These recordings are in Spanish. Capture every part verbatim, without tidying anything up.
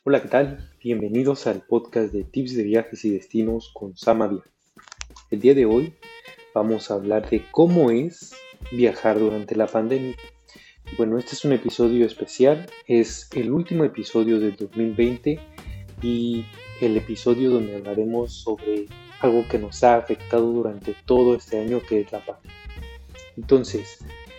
Hola, ¿qué tal? Bienvenidos al podcast de tips de viajes y destinos con Sama Viajes. El día de hoy vamos a hablar de cómo es viajar durante la pandemia. Bueno, este es un episodio especial, es el último episodio del dos mil veinte y el episodio donde hablaremos sobre algo que nos ha afectado durante todo este año, que es la pandemia. Entonces,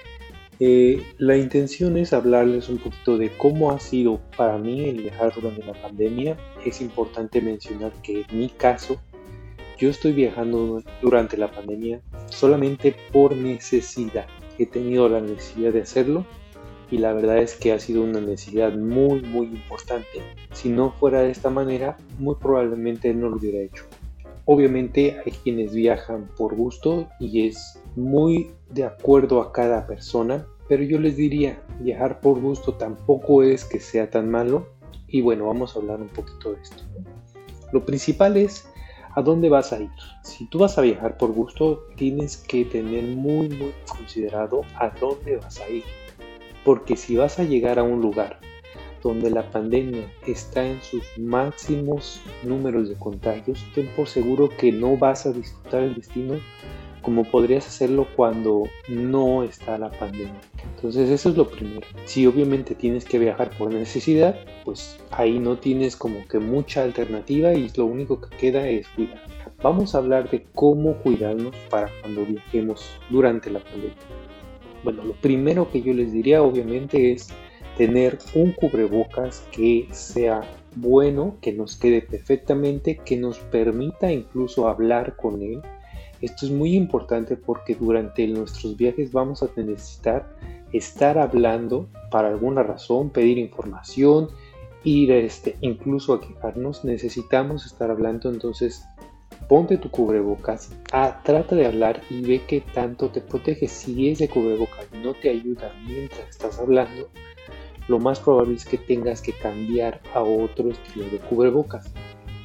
Eh, la intención es hablarles un poquito de cómo ha sido para mí el viajar durante la pandemia. Es importante mencionar que en mi caso, yo estoy viajando durante la pandemia solamente por necesidad. He tenido la necesidad de hacerlo y la verdad es que ha sido una necesidad muy, muy importante. Si no fuera de esta manera, muy probablemente no lo hubiera hecho. Obviamente hay quienes viajan por gusto y es muy de acuerdo a cada persona, pero yo les diría, viajar por gusto tampoco es que sea tan malo. Y bueno, vamos a hablar un poquito de esto, ¿no? Lo principal es a dónde vas a ir. Si tú vas a viajar por gusto, tienes que tener muy muy considerado a dónde vas a ir, porque si vas a llegar a un lugar donde la pandemia está en sus máximos números de contagios, ten por seguro que no vas a disfrutar el destino como podrías hacerlo cuando no está la pandemia. Entonces eso es lo primero. Si obviamente tienes que viajar por necesidad, pues ahí no tienes como que mucha alternativa y lo único que queda es cuidar. Vamos a hablar de cómo cuidarnos para cuando viajemos durante la pandemia. Bueno, lo primero que yo les diría obviamente es tener un cubrebocas que sea bueno, que nos quede perfectamente, que nos permita incluso hablar con él. Esto es muy importante porque durante nuestros viajes vamos a necesitar estar hablando para alguna razón, pedir información, ir este, incluso a quejarnos. Necesitamos estar hablando, entonces ponte tu cubrebocas, ah, trata de hablar y ve qué tanto te protege. Si ese cubrebocas no te ayuda mientras estás hablando, lo más probable es que tengas que cambiar a otro estilo de cubrebocas.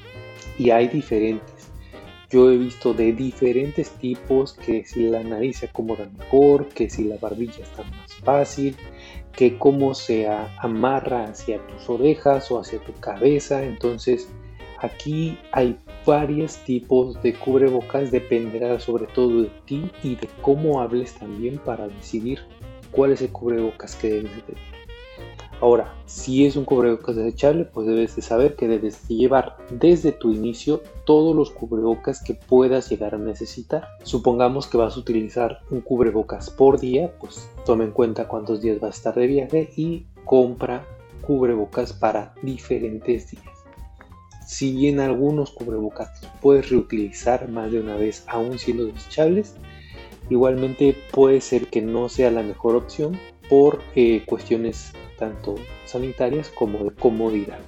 Y hay diferentes. Yo he visto de diferentes tipos, que si la nariz se acomoda mejor, que si la barbilla está más fácil, que cómo se amarra hacia tus orejas o hacia tu cabeza. Entonces aquí hay varios tipos de cubrebocas, dependerá sobre todo de ti y de cómo hables también para decidir cuál es el cubrebocas que debes de tener. Ahora, si es un cubrebocas desechable, pues debes de saber que debes de llevar desde tu inicio todos los cubrebocas que puedas llegar a necesitar. Supongamos que vas a utilizar un cubrebocas por día, pues toma en cuenta cuántos días vas a estar de viaje y compra cubrebocas para diferentes días. Si bien algunos cubrebocas puedes reutilizar más de una vez aún siendo desechables, igualmente puede ser que no sea la mejor opción por eh, cuestiones tanto sanitarias como de comodidad.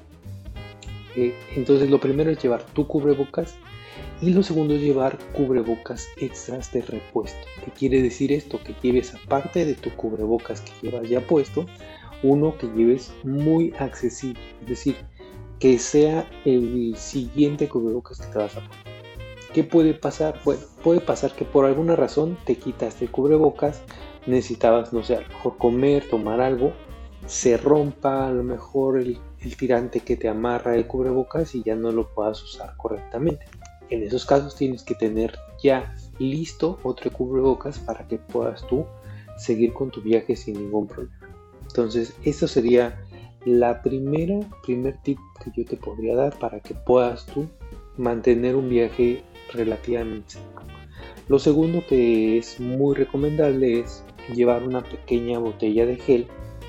Eh, entonces lo primero es llevar tu cubrebocas y lo segundo es llevar cubrebocas extras de repuesto. ¿Qué quiere decir esto? Que lleves aparte de tu cubrebocas que llevas ya puesto, uno que lleves muy accesible, es decir, que sea el siguiente cubrebocas que te vas a poner. ¿Qué puede pasar? Bueno, puede pasar que por alguna razón te quitaste el cubrebocas, necesitabas, no sé, a lo mejor comer, tomar algo, se rompa a lo mejor el, el tirante que te amarra el cubrebocas y ya no lo puedas usar correctamente. En esos casos tienes que tener ya listo otro cubrebocas para que puedas tú seguir con tu viaje sin ningún problema. Entonces, esto sería la primera, primer tip que yo te podría dar para que puedas tú mantener un viaje relativamente seguro. Lo segundo que es muy recomendable es llevar una pequeña botella de gel.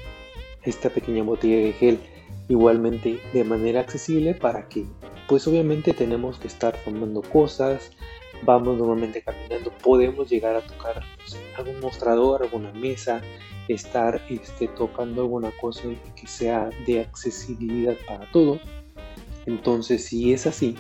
Esta pequeña botella de gel igualmente de manera accesible para que pues obviamente tenemos que estar tomando cosas, vamos normalmente caminando, podemos llegar a tocar pues, algún mostrador, alguna mesa, estar este, tocando alguna cosa que sea de accesibilidad para todos. Entonces si es así,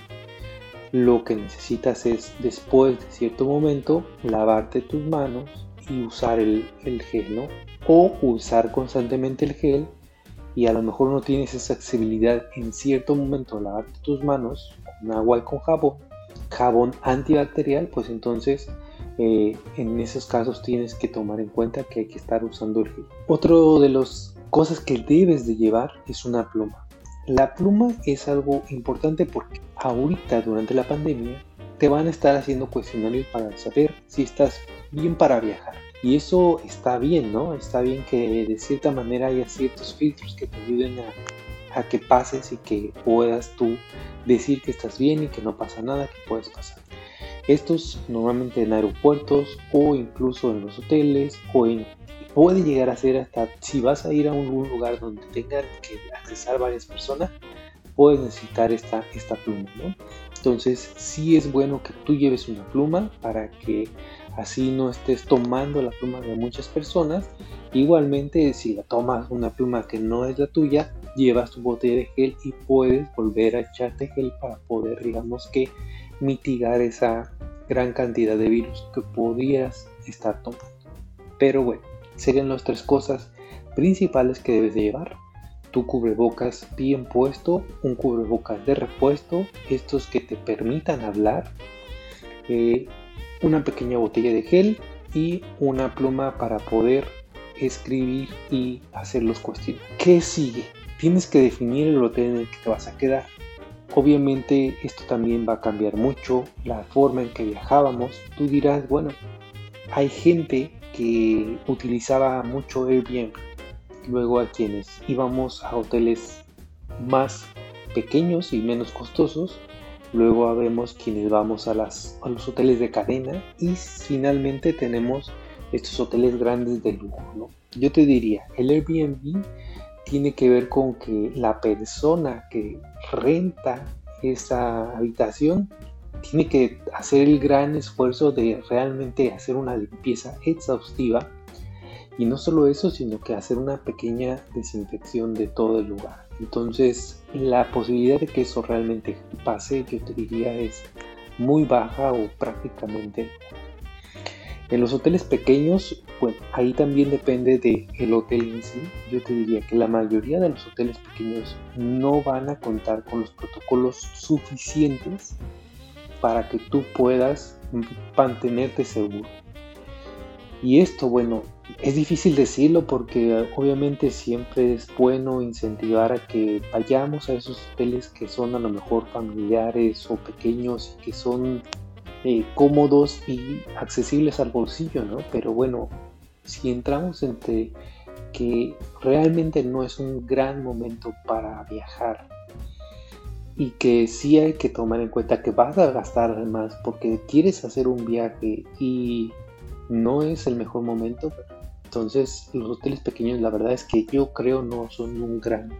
lo que necesitas es después de cierto momento lavarte tus manos y usar el, el gel, ¿no? O usar constantemente el gel y a lo mejor no tienes esa accesibilidad en cierto momento de lavarte tus manos con agua y con jabón, jabón antibacterial, pues entonces eh, en esos casos tienes que tomar en cuenta que hay que estar usando el gel. Otro de las cosas que debes de llevar es una pluma. la pluma es algo importante porque ahorita durante la pandemia te van a estar haciendo cuestionarios para saber si estás bien para viajar. Y eso está bien, ¿no? Está bien que de cierta manera haya ciertos filtros que te ayuden a, a que pases y que puedas tú decir que estás bien y que no pasa nada, que puedes pasar. Estos normalmente en aeropuertos o incluso en los hoteles o en, puede llegar a ser hasta si vas a ir a un lugar donde tengan que accesar varias personas, puedes necesitar esta, esta pluma, ¿no? Entonces sí es bueno que tú lleves una pluma para que así no estés tomando la pluma de muchas personas. Igualmente, si la tomas una pluma que no es la tuya, llevas tu botella de gel y puedes volver a echarte gel para poder, digamos que, mitigar esa gran cantidad de virus que podrías estar tomando. Pero bueno, serían las tres cosas principales que debes de llevar. Tu cubrebocas bien puesto, un cubrebocas de repuesto, estos que te permitan hablar, eh, una pequeña botella de gel y una pluma para poder escribir y hacer los cuestionarios. ¿Qué sigue? Tienes que definir el hotel en el que te vas a quedar. Obviamente esto también va a cambiar mucho la forma en que viajábamos. Tú dirás, bueno, hay gente que utilizaba mucho Airbnb. Luego a quienes íbamos a hoteles más pequeños y menos costosos. Luego habemos quienes vamos a, las, a los hoteles de cadena. Y finalmente tenemos estos hoteles grandes de lujo, ¿no? Yo te diría, el Airbnb tiene que ver con que la persona que renta esa habitación tiene que hacer el gran esfuerzo de realmente hacer una limpieza exhaustiva. Y no solo eso, sino que hacer una pequeña desinfección de todo el lugar. Entonces, la posibilidad de que eso realmente pase, yo te diría, es muy baja o prácticamente nula. En los hoteles pequeños, bueno, ahí también depende del hotel en sí. Yo te diría que la mayoría de los hoteles pequeños no van a contar con los protocolos suficientes para que tú puedas mantenerte seguro. Y esto, bueno, es difícil decirlo porque obviamente siempre es bueno incentivar a que vayamos a esos hoteles que son a lo mejor familiares o pequeños y que son eh, cómodos y accesibles al bolsillo, ¿no? Pero bueno, si entramos entre que realmente no es un gran momento para viajar y que sí hay que tomar en cuenta que vas a gastar además porque quieres hacer un viaje y no es el mejor momento, entonces los hoteles pequeños la verdad es que yo creo no son un gran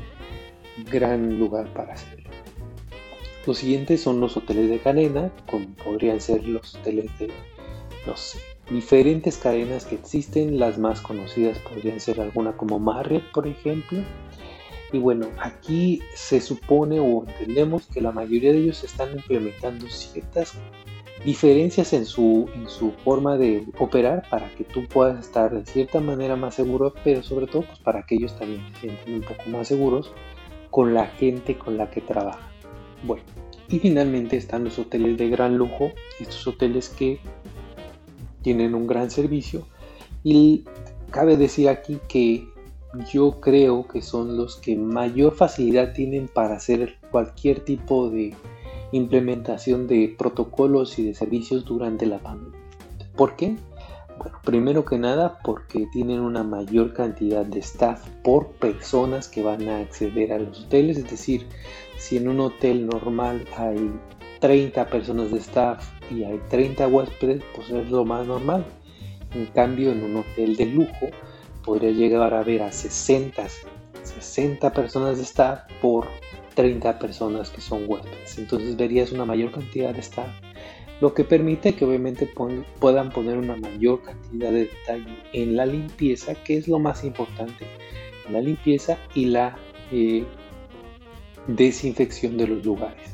gran lugar para hacerlo. Los siguientes son los hoteles de cadena, como podrían ser los hoteles de los diferentes cadenas que existen. Las más conocidas podrían ser alguna como Marriott, por ejemplo. Y bueno, aquí se supone o entendemos que la mayoría de ellos están implementando ciertas diferencias en su, en su forma de operar para que tú puedas estar de cierta manera más seguro, pero sobre todo pues, para que ellos también se sientan un poco más seguros con la gente con la que trabajan. Bueno, y finalmente están los hoteles de gran lujo, estos hoteles que tienen un gran servicio, y cabe decir aquí que yo creo que son los que mayor facilidad tienen para hacer cualquier tipo de implementación de protocolos y de servicios durante la pandemia. ¿Por qué? Bueno, primero que nada porque tienen una mayor cantidad de staff por personas que van a acceder a los hoteles, es decir, si en un hotel normal hay treinta personas de staff y hay treinta huéspedes, pues es lo más normal. En cambio, en un hotel de lujo podría llegar a haber a sesenta, sesenta personas de staff por treinta personas que son huéspedes. Entonces verías una mayor cantidad de staff, lo que permite que obviamente pon, puedan poner una mayor cantidad de detalle en la limpieza, que es lo más importante, la limpieza y la eh, desinfección de los lugares.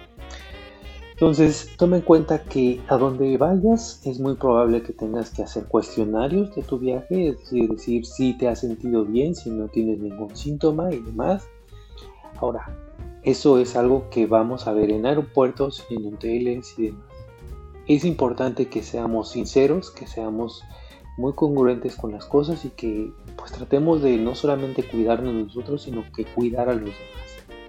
Entonces, toma en cuenta que a donde vayas es muy probable que tengas que hacer cuestionarios de tu viaje, es decir, decir si te has sentido bien, si no tienes ningún síntoma y demás. Ahora, eso es algo que vamos a ver en aeropuertos, en hoteles y demás. Es importante que seamos sinceros, que seamos muy congruentes con las cosas y que pues tratemos de no solamente cuidarnos nosotros, sino que cuidar a los demás.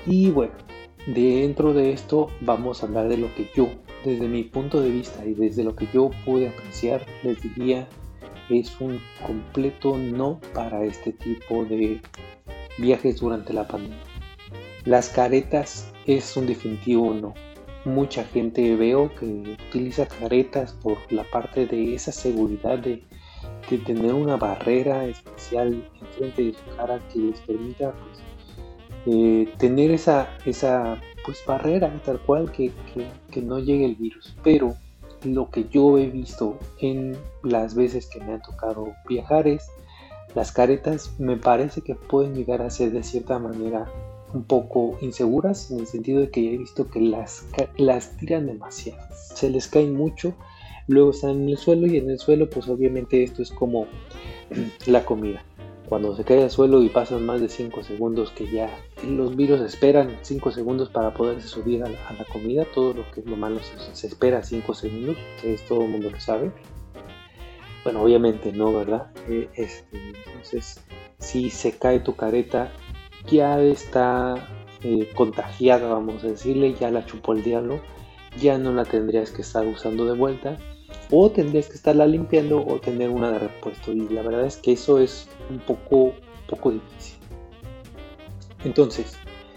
Y bueno, dentro de esto vamos a hablar de lo que yo, desde mi punto de vista y desde lo que yo pude apreciar, les diría es un completo no para este tipo de viajes durante la pandemia. Las caretas es un definitivo no. Mucha gente veo que utiliza caretas por la parte de esa seguridad de, de tener una barrera especial enfrente de su cara que les permita pues, eh, tener esa, esa pues, barrera tal cual que, que, que no llegue el virus. Pero lo que yo he visto en las veces que me han tocado viajar es las caretas me parece que pueden llegar a ser de cierta manera un poco inseguras, en el sentido de que he visto que las, las tiran demasiado, se les cae mucho, luego están en el suelo y en el suelo pues obviamente esto es como la comida. Cuando se cae al suelo y pasan más de cinco segundos, que ya los virus esperan cinco segundos para poderse subir a la, a la comida, todo lo que es lo malo se, se espera cinco segundos, que es, todo el mundo lo sabe. Bueno, obviamente no, ¿verdad? Eh, este, entonces, si se cae tu careta, ya está eh, contagiada, vamos a decirle, ya la chupó el diablo, ya no la tendrías que estar usando de vuelta, o tendrías que estarla limpiando o tener una de repuesto, y la verdad es que eso es un poco, poco difícil. Entonces,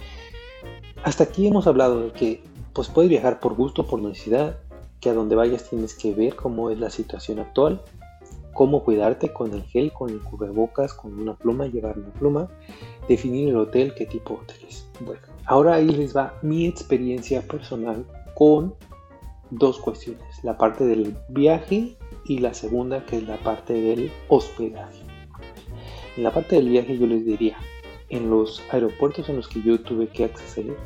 hasta aquí hemos hablado de que pues puedes viajar por gusto, por necesidad, que a donde vayas tienes que ver cómo es la situación actual, cómo cuidarte con el gel, con el cubrebocas, con una pluma, llevar una pluma, definir el hotel, qué tipo de hotel es. Bueno, ahora ahí les va mi experiencia personal con dos cuestiones, la parte del viaje y la segunda que es la parte del hospedaje. En la parte del viaje yo les diría, en los aeropuertos en los que yo tuve que acceder,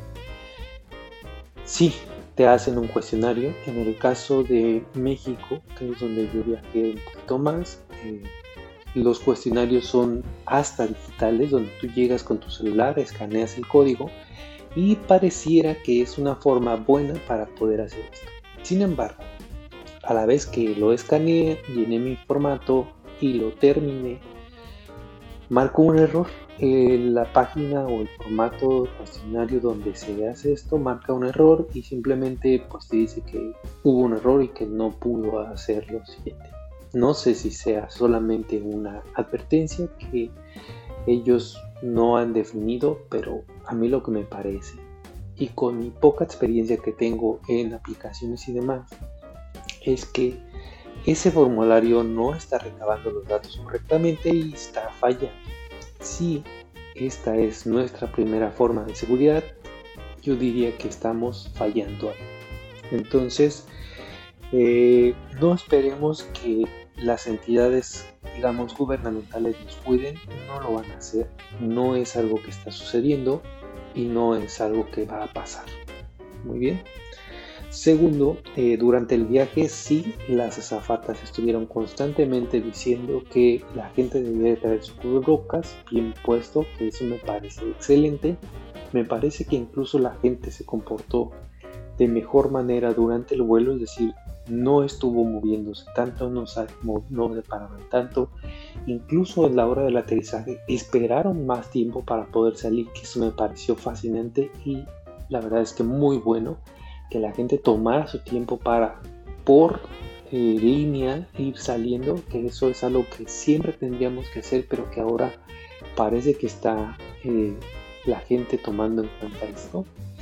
sí, te hacen un cuestionario. En el caso de México, que es donde yo viajé un poquito más, eh, los cuestionarios son hasta digitales, donde tú llegas con tu celular, escaneas el código y pareciera que es una forma buena para poder hacer esto. Sin embargo, a la vez que lo escaneé, llené mi formato y lo terminé, marcó un error. Eh, la página o el formato cuestionario donde se hace esto marca un error y simplemente pues te dice que hubo un error y que no pudo hacer lo siguiente. No sé si sea solamente una advertencia que ellos no han definido, pero a mí lo que me parece, y con mi poca experiencia que tengo en aplicaciones y demás, es que ese formulario no está recabando los datos correctamente y está fallando. Si esta es nuestra primera forma de seguridad, yo diría que estamos fallando ahí. Entonces, eh, no esperemos que las entidades, digamos, gubernamentales nos cuiden, no lo van a hacer, no es algo que está sucediendo y no es algo que va a pasar. Muy bien. Segundo, eh, durante el viaje sí las azafatas estuvieron constantemente diciendo que la gente debía traer sus cubrebocas bien puesto, que eso me parece excelente. Me parece que incluso la gente se comportó de mejor manera durante el vuelo, es decir, no estuvo moviéndose tanto, no, no se paraban tanto. Incluso en la hora del aterrizaje esperaron más tiempo para poder salir, que eso me pareció fascinante y la verdad es que muy bueno. Que la gente tomara su tiempo para, por eh, línea, ir saliendo, que eso es algo que siempre tendríamos que hacer, pero que ahora parece que está eh, la gente tomando en cuenta esto.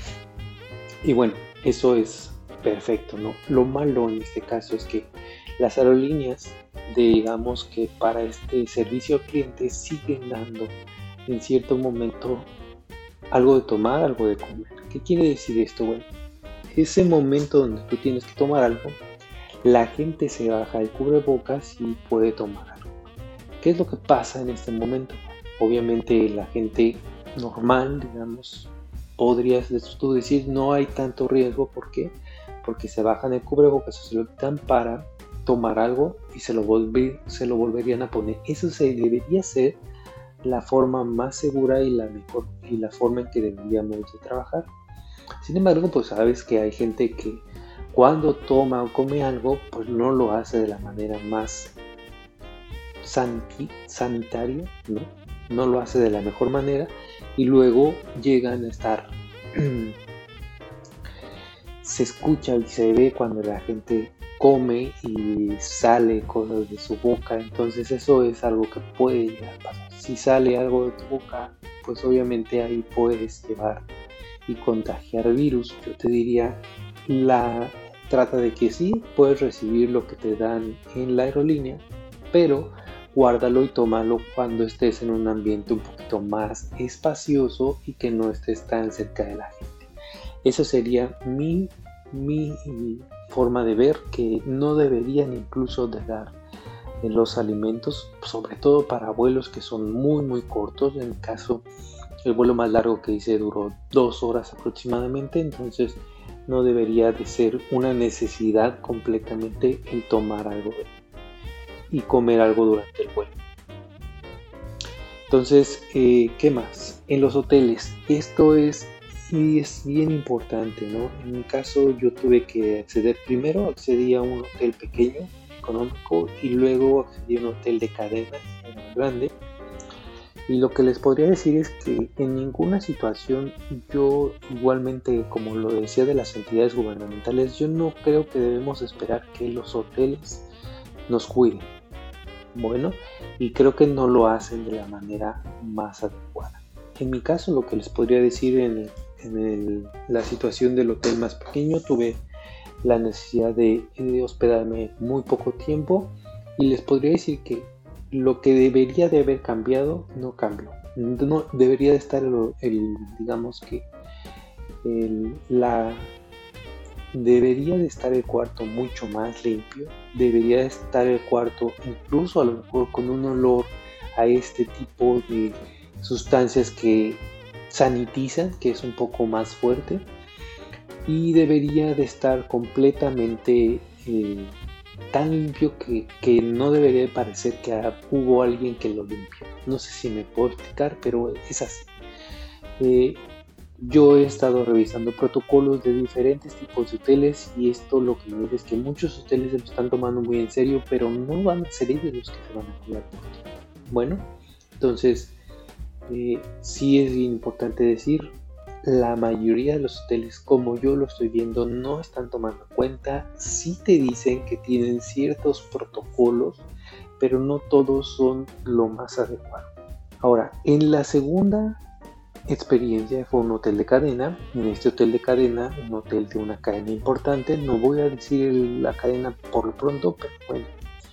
Y bueno, eso es perfecto, ¿no? Lo malo en este caso es que las aerolíneas, digamos que para este servicio al cliente, siguen dando en cierto momento algo de tomar, algo de comer. ¿Qué quiere decir esto? Bueno, ese momento donde tú tienes que tomar algo, la gente se baja el cubrebocas y puede tomar algo. ¿Qué es lo que pasa en este momento? Obviamente la gente normal, digamos, podrías tú decir no hay tanto riesgo. ¿Por qué? Porque se bajan el cubrebocas o se lo quitan para tomar algo y se lo, volver, se lo volverían a poner. Eso se debería ser la forma más segura y la mejor y la forma en que deberíamos de trabajar. Sin embargo, pues sabes que hay gente que cuando toma o come algo, pues no lo hace de la manera más santi- sanitaria, ¿no? No lo hace de la mejor manera y luego llegan a estar se escucha y se ve cuando la gente come y sale cosas de su boca. Entonces eso es algo que puede llegar a pasar. Si sale algo de tu boca, pues obviamente ahí puedes llevar y contagiar virus. Yo te diría, la trata de que sí puedes recibir lo que te dan en la aerolínea, pero guárdalo y tómalo cuando estés en un ambiente un poquito más espacioso y que no estés tan cerca de la gente. Esa sería mi, mi forma de ver, que no deberían incluso de dar en los alimentos, sobre todo para vuelos que son muy muy cortos. En mi caso, el vuelo más largo que hice duró dos horas aproximadamente, entonces no debería de ser una necesidad completamente el tomar algo y comer algo durante el vuelo. Entonces, eh, ¿qué más? En los hoteles, esto es y es bien importante, ¿no? En mi caso yo tuve que acceder, primero accedí a un hotel pequeño, económico, y luego accedí a un hotel de cadena grande. Y lo que les podría decir es que en ninguna situación, yo igualmente, como lo decía de las entidades gubernamentales, yo no creo que debemos esperar que los hoteles nos cuiden. Bueno, y creo que no lo hacen de la manera más adecuada. En mi caso, lo que les podría decir en el En el, la situación del hotel más pequeño, tuve la necesidad de, de hospedarme muy poco tiempo, y les podría decir que lo que debería de haber cambiado no cambió. No debería de estar el, el digamos que el, la debería de estar el cuarto mucho más limpio, debería de estar el cuarto incluso a lo mejor con un olor a este tipo de sustancias que sanitizan, que es un poco más fuerte, y debería de estar completamente eh, tan limpio que, que no debería de parecer que hubo alguien que lo limpió. No sé si me puedo explicar, pero es así. Eh, yo he estado revisando protocolos de diferentes tipos de hoteles, y esto lo que me dice es que muchos hoteles se lo están tomando muy en serio, pero no van a ser ellos los que se van a cuidar por ti. Bueno, entonces Eh, sí es bien importante decir, la mayoría de los hoteles, como yo lo estoy viendo, no están tomando en cuenta. Sí te dicen que tienen ciertos protocolos, pero no todos son lo más adecuado. Ahora, en la segunda experiencia fue un hotel de cadena. En este hotel de cadena, un hotel de una cadena importante, no voy a decir la cadena por lo pronto, pero bueno,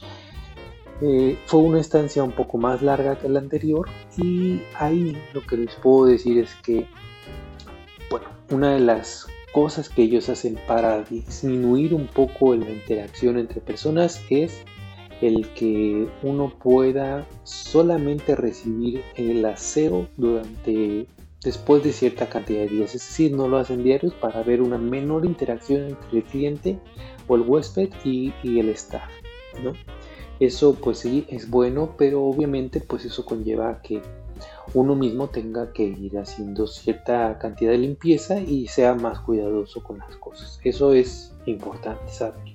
Eh, fue una estancia un poco más larga que la anterior, y ahí lo que les puedo decir es que, bueno, una de las cosas que ellos hacen para disminuir un poco la interacción entre personas es el que uno pueda solamente recibir el aseo durante después de cierta cantidad de días, es decir, no lo hacen diarios para ver una menor interacción entre el cliente o el huésped y, y el staff, ¿no? Eso pues sí es bueno, pero obviamente pues eso conlleva a que uno mismo tenga que ir haciendo cierta cantidad de limpieza y sea más cuidadoso con las cosas. Eso es importante saber.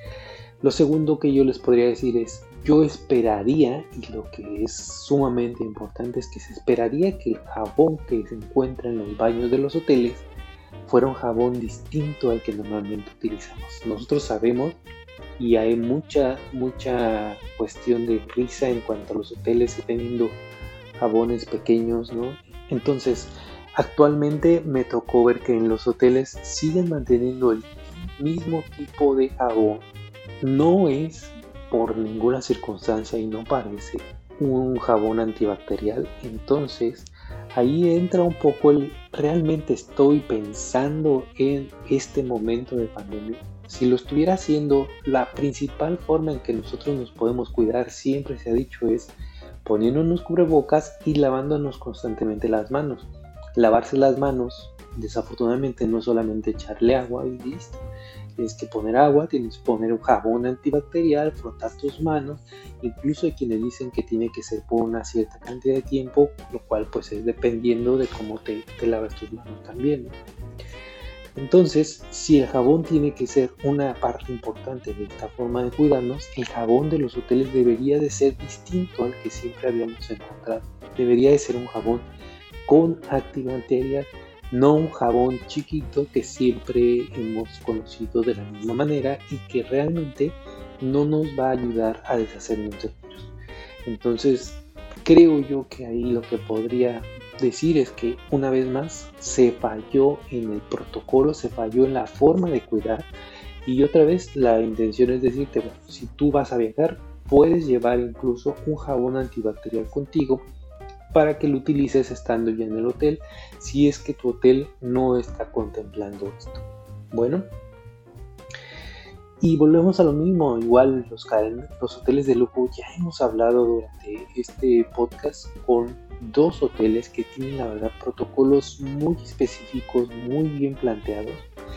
Lo segundo que yo les podría decir es, yo esperaría, y lo que es sumamente importante es que se esperaría que el jabón que se encuentra en los baños de los hoteles fuera un jabón distinto al que normalmente utilizamos. Nosotros sabemos, y hay mucha, mucha cuestión de risa en cuanto a los hoteles teniendo jabones pequeños, ¿no? Entonces, actualmente me tocó ver que en los hoteles siguen manteniendo el mismo tipo de jabón. No es por ninguna circunstancia y no parece un jabón antibacterial. Entonces, ahí entra un poco el, realmente estoy pensando en este momento de pandemia. Si lo estuviera haciendo, la principal forma en que nosotros nos podemos cuidar, siempre se ha dicho, es poniéndonos cubrebocas y lavándonos constantemente las manos. Lavarse las manos, desafortunadamente, no es solamente echarle agua y listo. Tienes que poner agua, tienes que poner un jabón antibacterial, frotar tus manos. Incluso hay quienes dicen que tiene que ser por una cierta cantidad de tiempo, lo cual pues es dependiendo de cómo te, te lavas tus manos también, ¿no? Entonces, si el jabón tiene que ser una parte importante de esta forma de cuidarnos, el jabón de los hoteles debería de ser distinto al que siempre habíamos encontrado. Debería de ser un jabón con antibacterial, no un jabón chiquito que siempre hemos conocido de la misma manera y que realmente no nos va a ayudar a deshacernos del virus. Entonces, creo yo que ahí lo que podría decir es que una vez más se falló en el protocolo, se falló en la forma de cuidar. Y otra vez la intención es decirte, bueno, si tú vas a viajar, puedes llevar incluso un jabón antibacterial contigo para que lo utilices estando ya en el hotel, si es que tu hotel no está contemplando esto. Bueno, y volvemos a lo mismo, igual los, los hoteles de lujo, ya hemos hablado durante este podcast con dos hoteles que tienen la verdad protocolos muy específicos, muy bien planteados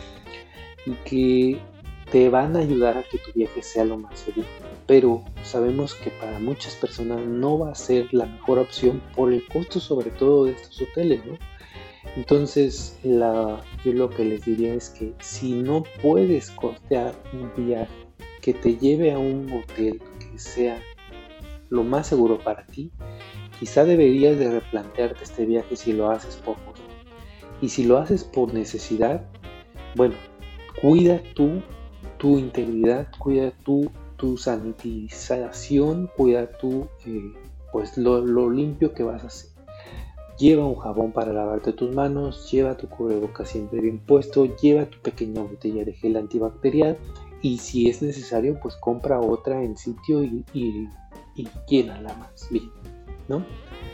y que te van a ayudar a que tu viaje sea lo más seguro. Pero sabemos que para muchas personas no va a ser la mejor opción por el costo sobre todo de estos hoteles, ¿no? Entonces la, yo lo que les diría es que si no puedes costear un viaje que te lleve a un hotel que sea lo más seguro para ti, quizá deberías de replantearte este viaje si lo haces por gusto. Y si lo haces por necesidad, bueno, cuida tú tu integridad, cuida tú tu sanitización, cuida tú eh, pues lo, lo limpio que vas a hacer. Lleva un jabón para lavarte tus manos, lleva tu cubrebocas siempre bien puesto, lleva tu pequeña botella de gel antibacterial y si es necesario pues compra otra en sitio y, y, y llénala más bien, ¿no?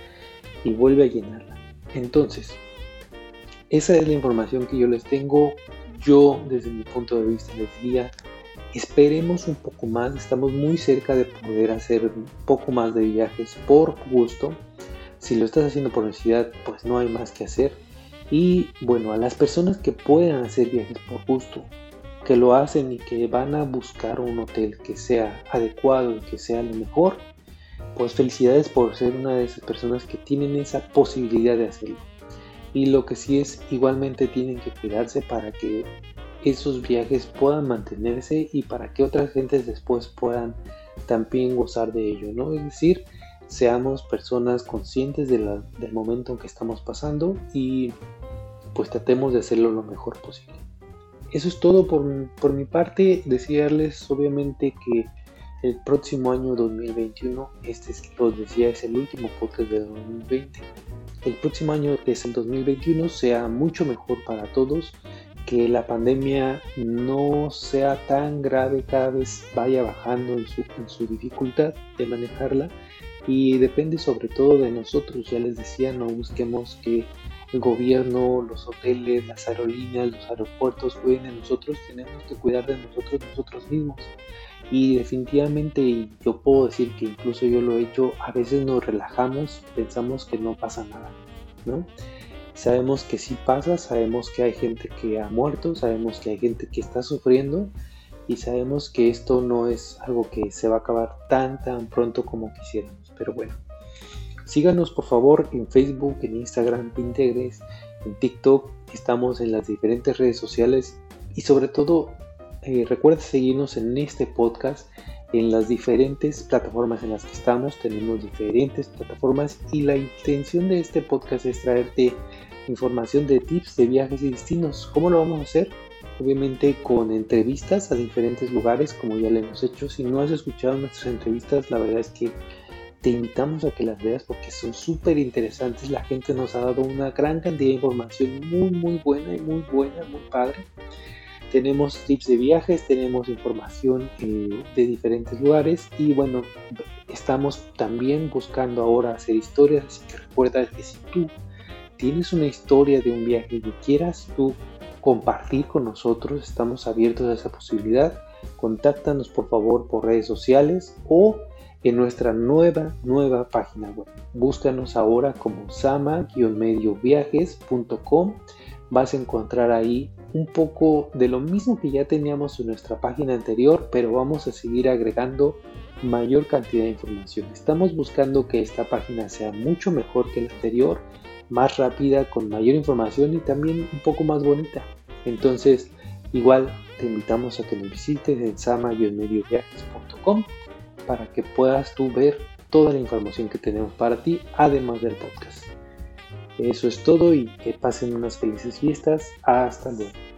Y vuelve a llenarla. Entonces, esa es la información que yo les tengo. Yo desde mi punto de vista les diría, esperemos un poco más, estamos muy cerca de poder hacer un poco más de viajes por gusto. Si lo estás haciendo por necesidad, pues no hay más que hacer. Y bueno, a las personas que puedan hacer viajes por gusto, que lo hacen y que van a buscar un hotel que sea adecuado y que sea lo mejor, pues felicidades por ser una de esas personas que tienen esa posibilidad de hacerlo. Y lo que sí es, igualmente tienen que cuidarse para que esos viajes puedan mantenerse y para que otras gentes después puedan también gozar de ello, ¿no? Es decir, seamos personas conscientes de la, del momento en que estamos pasando y pues tratemos de hacerlo lo mejor posible. Eso es todo por, por mi parte. Desearles obviamente que el próximo año dos mil veintiuno, este es, lo decía, es el último podcast de dos mil veinte. El próximo año, que es el dos mil veintiuno, sea mucho mejor para todos, que la pandemia no sea tan grave, cada vez vaya bajando en su, en su dificultad de manejarla y depende sobre todo de nosotros. Ya les decía, no busquemos que el gobierno, los hoteles, las aerolíneas, los aeropuertos cuiden de nosotros, tenemos que cuidar de nosotros nosotros mismos. Y definitivamente, y yo puedo decir que incluso yo lo he hecho, a veces nos relajamos, pensamos que no pasa nada, ¿no? Sabemos que sí pasa, sabemos que hay gente que ha muerto, sabemos que hay gente que está sufriendo y sabemos que esto no es algo que se va a acabar tan tan pronto como quisiéramos. Pero bueno, síganos por favor en Facebook, en Instagram, Pinterest, en TikTok, estamos en las diferentes redes sociales y sobre todo eh, recuerda seguirnos en este podcast en las diferentes plataformas en las que estamos. Tenemos diferentes plataformas y la intención de este podcast es traerte información de tips de viajes y destinos. ¿Cómo lo vamos a hacer? Obviamente con entrevistas a diferentes lugares, como ya lo hemos hecho. Si no has escuchado nuestras entrevistas, la verdad es que te invitamos a que las veas porque son súper interesantes. La gente nos ha dado una gran cantidad de información muy muy buena y muy buena, muy padre. Tenemos tips de viajes, tenemos información eh, de diferentes lugares y bueno, estamos también buscando ahora hacer historias, así que recuerda que si tú tienes una historia de un viaje que quieras tú compartir con nosotros, estamos abiertos a esa posibilidad. Contáctanos por favor por redes sociales o en nuestra nueva, nueva página web. Búscanos ahora como sama guion medio viajes punto com. Vas a encontrar ahí un poco de lo mismo que ya teníamos en nuestra página anterior, pero vamos a seguir agregando mayor cantidad de información. Estamos buscando que esta página sea mucho mejor que la anterior, más rápida, con mayor información y también un poco más bonita. Entonces, igual te invitamos a que nos visites en sama guion medio viajes punto com para que puedas tú ver toda la información que tenemos para ti, además del podcast. Eso es todo y que pasen unas felices fiestas. Hasta luego.